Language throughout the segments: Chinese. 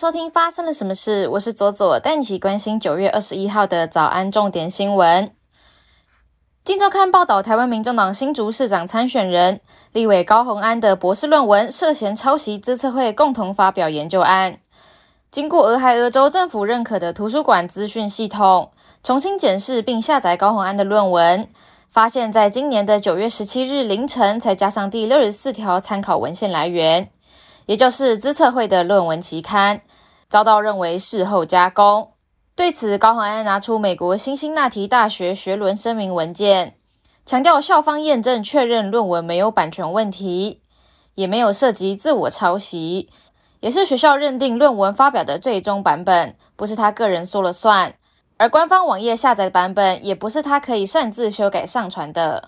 收听发生了什么事，我是左左，带你一起关心9月21号的早安重点新闻。今周刊报道，台湾民众党新竹市长参选人立委高虹安的博士论文涉嫌抄袭资策会共同发表研究案，经过俄亥俄州政府认可的图书馆资讯系统重新检视并下载高虹安的论文，发现在今年的9月17日凌晨才加上第64条参考文献来源，也就是资策会的论文期刊，遭到认为事后加工。对此，高虹安拿出美国辛辛那提大学学伦声明文件，强调校方验证确认论文没有版权问题，也没有涉及自我抄袭，也是学校认定论文发表的最终版本，不是他个人说了算，而官方网页下载的版本也不是他可以擅自修改上传的。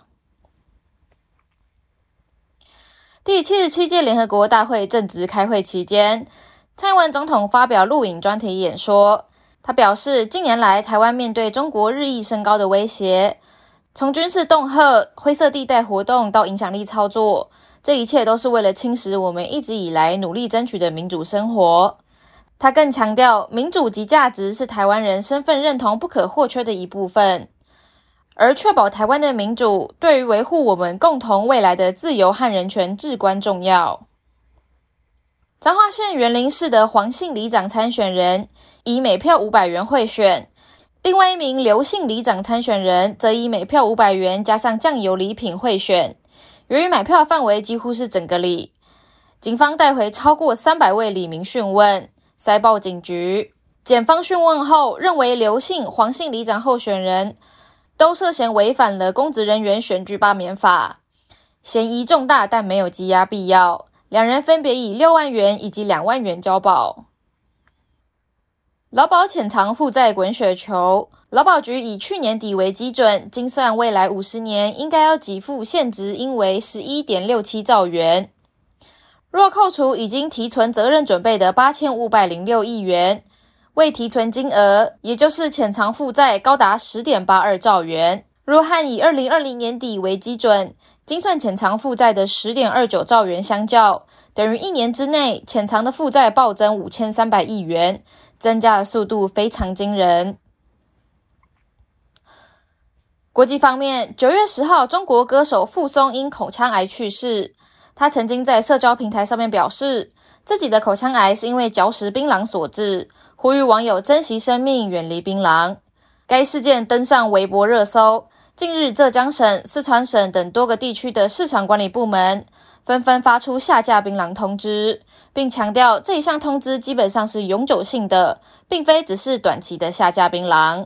第77届联合国大会正值开会期间，蔡英文总统发表录影专题演说，他表示，近年来台湾面对中国日益升高的威胁，从军事恫吓、灰色地带活动到影响力操作，这一切都是为了侵蚀我们一直以来努力争取的民主生活。他更强调，民主及价值是台湾人身份认同不可或缺的一部分，而确保台湾的民主对于维护我们共同未来的自由和人权至关重要。彰化县员林市的黄姓里长参选人以每票500元贿选，另外一名刘姓里长参选人则以每票500元加上酱油礼品贿选。由于买票范围几乎是整个里，警方带回超过300位里民讯问，塞报警局。检方讯问后，认为刘姓、黄姓里长候选人都涉嫌违反了公职人员选举罢免法，嫌疑重大，但没有羁押必要。两人分别以6万元以及2万元交保。劳保潜藏负债滚雪球，劳保局以去年底为基准，精算未来50年应该要给付现值应为 11.67 兆元。若扣除已经提存责任准备的8506亿元，未提存金额，也就是潜藏负债高达 10.82 兆元。若和以2020年底为基准，精算潜藏负债的 10.29 兆元相较，等于1年之内潜藏的负债暴增5300亿元，增加的速度非常惊人。国际方面，9月10号，中国歌手傅松因口腔癌去世。他曾经在社交平台上面表示，自己的口腔癌是因为嚼食槟榔所致，呼吁网友珍惜生命，远离槟榔。该事件登上微博热搜。近日，浙江省、四川省等多个地区的市场管理部门纷纷发出下架槟榔通知，并强调这一项通知基本上是永久性的，并非只是短期的下架槟榔。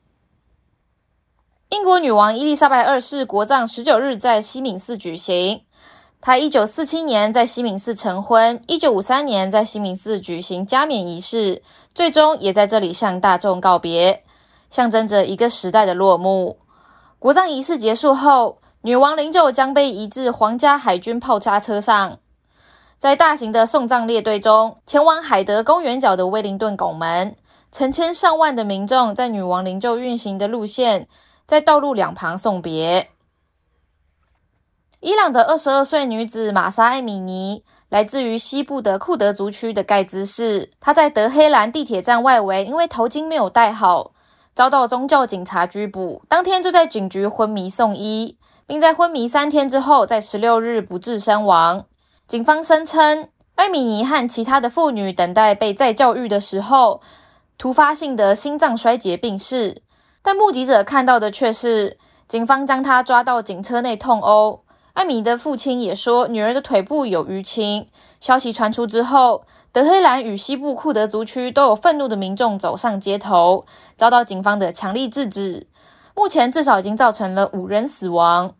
英国女王伊丽莎白2世国葬19日在西敏寺举行。她1947年在西敏寺成婚，1953年在西敏寺举行加冕仪式，最终也在这里向大众告别，象征着一个时代的落幕。国葬仪式结束后，女王灵柩将被移至皇家海军炮叉车上。在大型的送葬列队中，前往海德公园角的威灵顿拱门，成千上万的民众在女王灵柩运行的路线，在道路两旁送别。伊朗的22岁女子玛莎·艾米尼来自于西部的库德族区的盖兹市，她在德黑兰地铁站外围因为头巾没有戴好，遭到宗教警察拘捕，当天就在警局昏迷送医，并在昏迷3天之后，在16日不治身亡。警方声称，艾米尼和其他的妇女等待被再教育的时候，突发性的心脏衰竭病逝，但目击者看到的却是，警方将她抓到警车内痛殴。艾米的父亲也说，女儿的腿部有淤青。消息传出之后，德黑兰与西部库德族区都有愤怒的民众走上街头，遭到警方的强力制止。目前至少已经造成了5人死亡。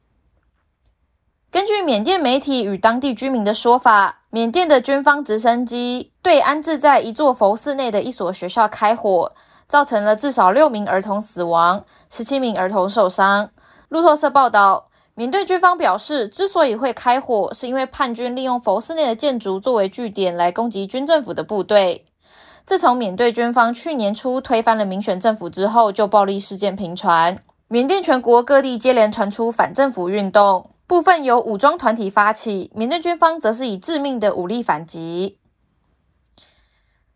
根据缅甸媒体与当地居民的说法，缅甸的军方直升机对安置在一座佛寺内的一所学校开火，造成了至少6名儿童死亡，17名儿童受伤。路透社报道，缅甸军方表示，之所以会开火，是因为叛军利用佛寺内的建筑作为据点来攻击军政府的部队。自从缅甸军方去年初推翻了民选政府之后，就暴力事件频传。缅甸全国各地接连传出反政府运动，部分由武装团体发起，缅甸军方则是以致命的武力反击。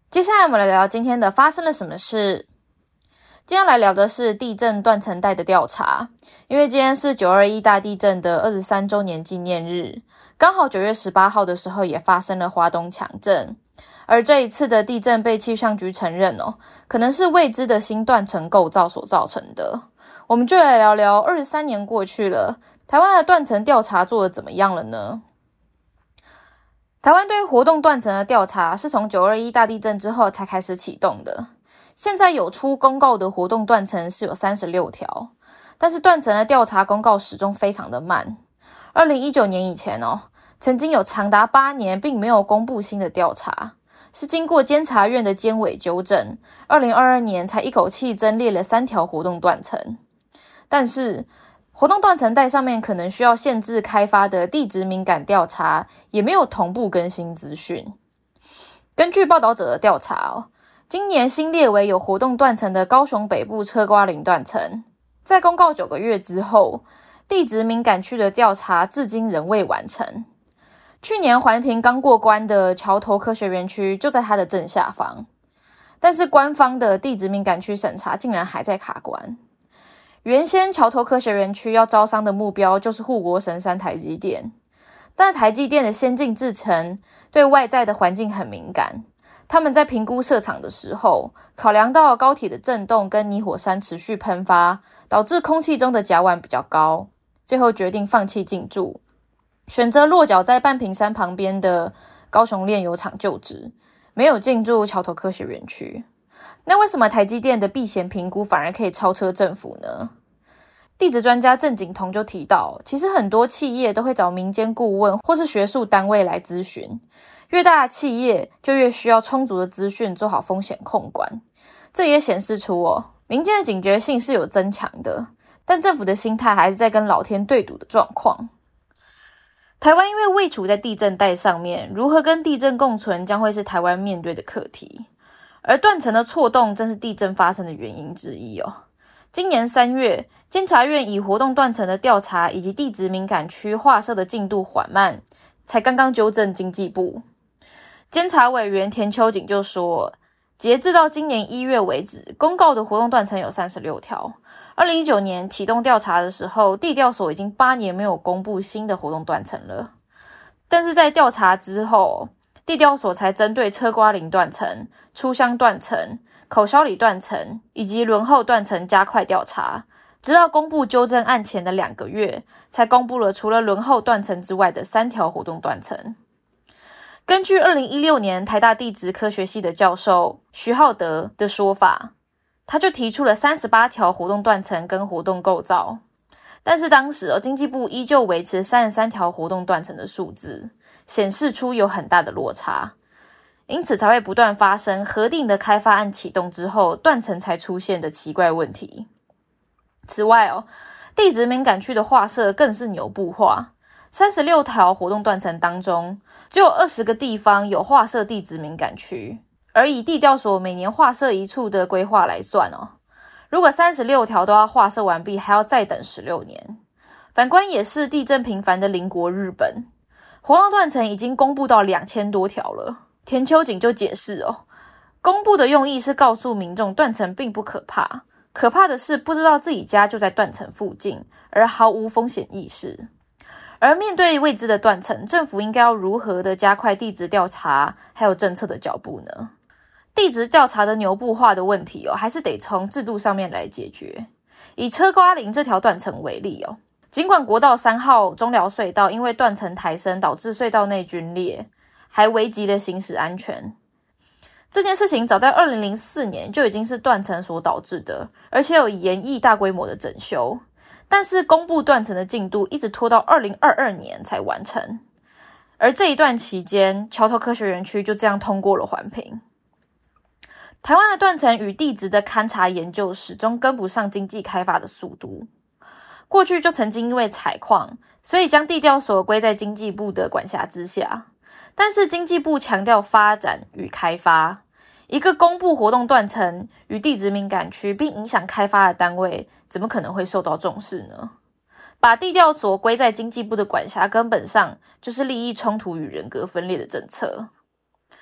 接下来我们来聊今天的发生了什么事。今天要来聊的是地震断层带的调查，因为今天是921大地震的23周年纪念日，刚好9月18号的时候也发生了华东强震，而这一次的地震被气象局承认可能是未知的新断层构造所造成的。我们就来聊聊23年过去了，台湾的断层调查做得怎么样了呢？台湾对活动断层的调查是从921大地震之后才开始启动的。现在有出公告的活动断层是有36条，但是断层的调查公告始终非常的慢。2019年以前曾经有长达8年并没有公布新的调查，是经过监察院的监委纠正，2022年才一口气增列了3条活动断层。但是活动断层带上面可能需要限制开发的地质敏感调查也没有同步更新资讯。根据报道者的调查今年新列为有活动断层的高雄北部车瓜岭断层，在公告9个月之后，地质敏感区的调查至今仍未完成。去年环评刚过关的桥头科学园区就在它的正下方，但是官方的地质敏感区审查竟然还在卡关。原先桥头科学园区要招商的目标就是护国神山台积电，但台积电的先进制程对外在的环境很敏感，他们在评估设厂的时候，考量到高铁的震动跟泥火山持续喷发，导致空气中的甲烷比较高，最后决定放弃进驻，选择落脚在半屏山旁边的高雄炼油厂就职，没有进驻桥头科学园区。那为什么台积电的避险评估反而可以超车政府呢？地质专家郑景彤就提到，其实很多企业都会找民间顾问或是学术单位来咨询，越大的企业就越需要充足的资讯做好风险控管。这也显示出民间的警觉性是有增强的，但政府的心态还是在跟老天对赌的状况。台湾因为位处在地震带上面，如何跟地震共存将会是台湾面对的课题。而断层的错动正是地震发生的原因之一今年3月，监察院以活动断层的调查以及地质敏感区划设的进度缓慢，才刚刚纠正经济部。监察委员田秋瑾就说，截至到今年1月为止，公告的活动断层有36条。2019年启动调查的时候，地调所已经8年没有公布新的活动断层了。但是在调查之后，地调所才针对车瓜岭断层、初乡断层、口小里断层以及轮后断层加快调查，直到公布纠正案前的2个月，才公布了除了轮后断层之外的3条活动断层。根据2016年台大地质科学系的教授徐浩德的说法，他就提出了38条活动断层跟活动构造，但是当时经济部依旧维持33条活动断层的数字，显示出有很大的落差，因此才会不断发生核定的开发案启动之后断层才出现的奇怪问题。此外地质敏感区的划设更是牛步化，36条活动断层当中，只有20个地方有划设地质敏感区，而以地调所每年划设一处的规划来算如果36条都要划设完毕，还要再等16年。反观也是地震频繁的邻国日本，活动断层已经公布到2000多条了。田秋瑾就解释公布的用意是告诉民众断层并不可怕，可怕的是不知道自己家就在断层附近，而毫无风险意识。而面对未知的断层，政府应该要如何的加快地质调查还有政策的脚步呢？地质调查的牛步化的问题还是得从制度上面来解决。以车瓜岭这条断层为例尽管国道3号中寮隧道因为断层抬升导致隧道内龟裂，还危及了行驶安全。这件事情早在2004年就已经是断层所导致的，而且有延役大规模的整修，但是公布断层的进度一直拖到2022年才完成。而这一段期间，桥头科学园区就这样通过了环评。台湾的断层与地质的勘察研究始终跟不上经济开发的速度。过去就曾经因为采矿，所以将地调所归在经济部的管辖之下。但是经济部强调发展与开发，一个公布活动断层与地质敏感区并影响开发的单位，怎么可能会受到重视呢？把地调所归在经济部的管辖，根本上就是利益冲突与人格分裂的政策。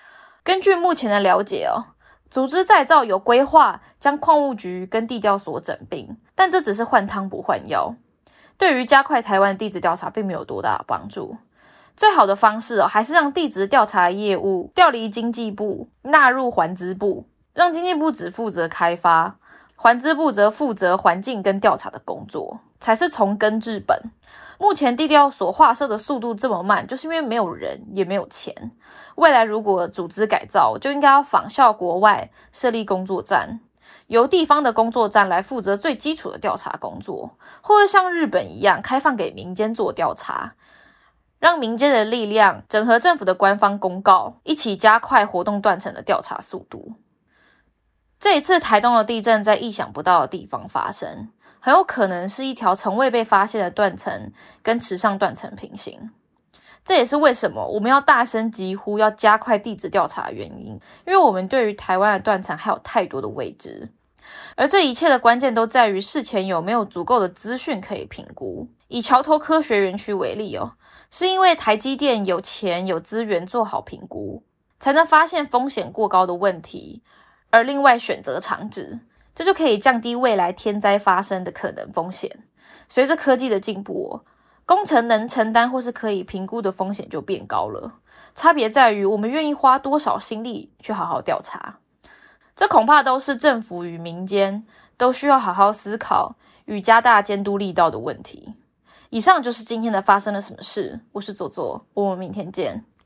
根据目前的了解组织再造有规划将矿务局跟地调所整并，但这只是换汤不换药，对于加快台湾地质调查并没有多大的帮助。最好的方式还是让地质调查业务调离经济部，纳入环资部，让经济部只负责开发，环资部则负责环境跟调查的工作，才是从根治本。目前地调所划设的速度这么慢，就是因为没有人也没有钱。未来如果组织改造，就应该要仿效国外设立工作站，由地方的工作站来负责最基础的调查工作，或者像日本一样开放给民间做调查，让民间的力量整合政府的官方公告，一起加快活动断层的调查速度。这一次台东的地震在意想不到的地方发生，很有可能是一条从未被发现的断层跟池上断层平行。这也是为什么我们要大声疾呼要加快地质调查的原因，因为我们对于台湾的断层还有太多的未知，而这一切的关键都在于事前有没有足够的资讯可以评估。以桥头科学园区为例是因为台积电有钱有资源做好评估，才能发现风险过高的问题，而另外选择长治，这就可以降低未来天灾发生的可能风险。随着科技的进步工程能承担或是可以评估的风险就变高了，差别在于我们愿意花多少心力去好好调查。这恐怕都是政府与民间都需要好好思考与加大监督力道的问题。以上就是今天的发生了什么事，我是左左，我们明天见。